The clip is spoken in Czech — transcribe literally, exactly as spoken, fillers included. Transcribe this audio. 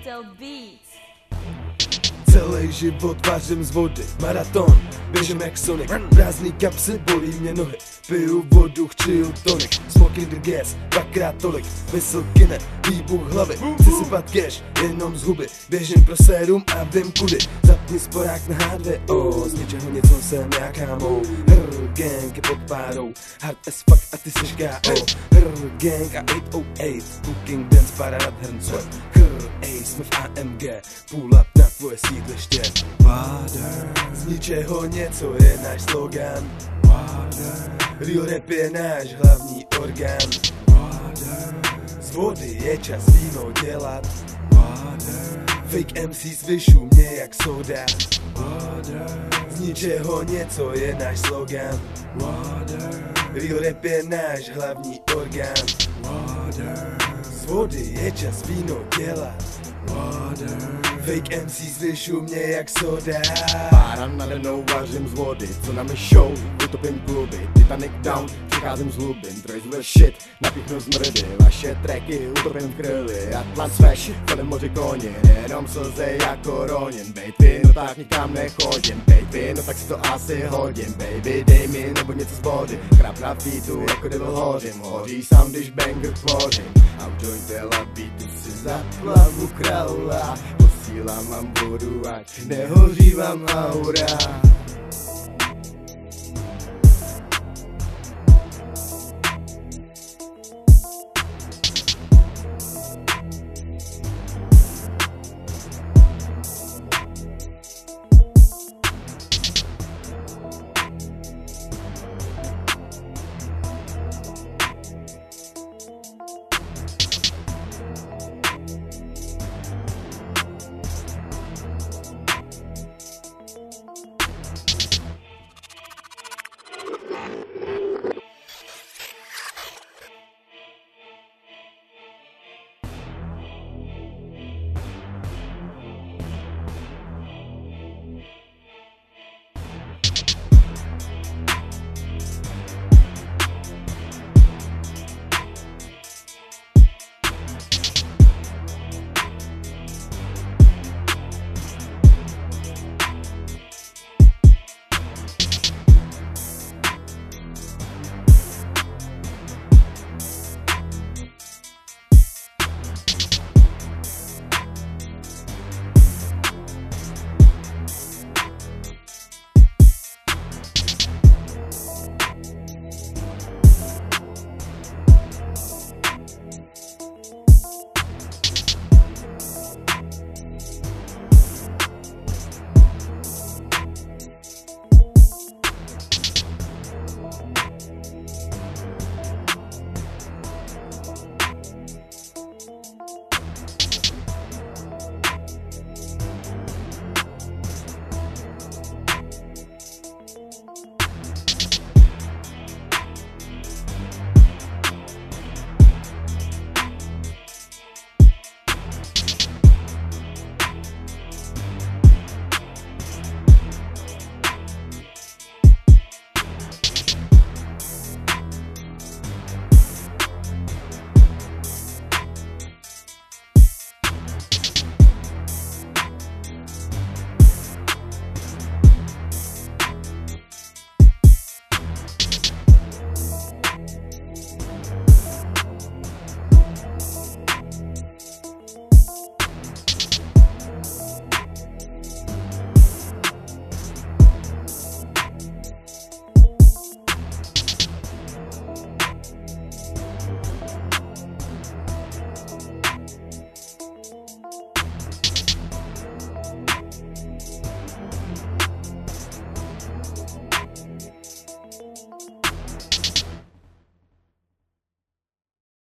Intel Beats. Celý život vařím z vody, maraton, běžím jak Sonic. Prázdný kapsy, bolí mě nohy, piju vodu, chčiju tonik. Smoking the gas, dvakrát tolik, vysoky ne, výbuch hlavy. Chci sypat cash, jenom z huby, běžím pro sérum a vím kudy. Zapni sporák na H dvě O, z ničeho něco jsem já kámo. Hrr, gang je pod párou, hard as fuck a ty seš K O. Hrr, gang a osm set osm, cooking dance, para nad hrncoj. Hrr, ej, jsme v A M G, pull up na tvoje sídliště. Water, z ničeho něco je náš slogan. Water, real rap je náš hlavní orgán. Water, z vody je čas víno dělat. Water, fake M Cs vyšu mě jak soda. Water, z ničeho něco je náš slogan. Water, real rap je náš hlavní orgán. Water, z vody je čas víno dělat. Water, fake M Cs vyšu mě jak soda. Pára nade mnou vařím z vody, co na mi show, utopím kluby. Titanic down, přicházím z hlubin, trojzve shit, napíchnu zmrdy. Vaše tracky utopím v krvi, Atlas Fresh, kolem moři koně. Jenom slze jako Ronin, baby, no tak nikam nechodím. Baby, no tak si to asi hodím. Baby, dej mi nebo něco z body, krap na feetu, jako devil hořím. Hoří sám, když banger tvořím. A v jointela beatu si za hlavu kraula. Posílám vám vodu, ať nehoří vám aura.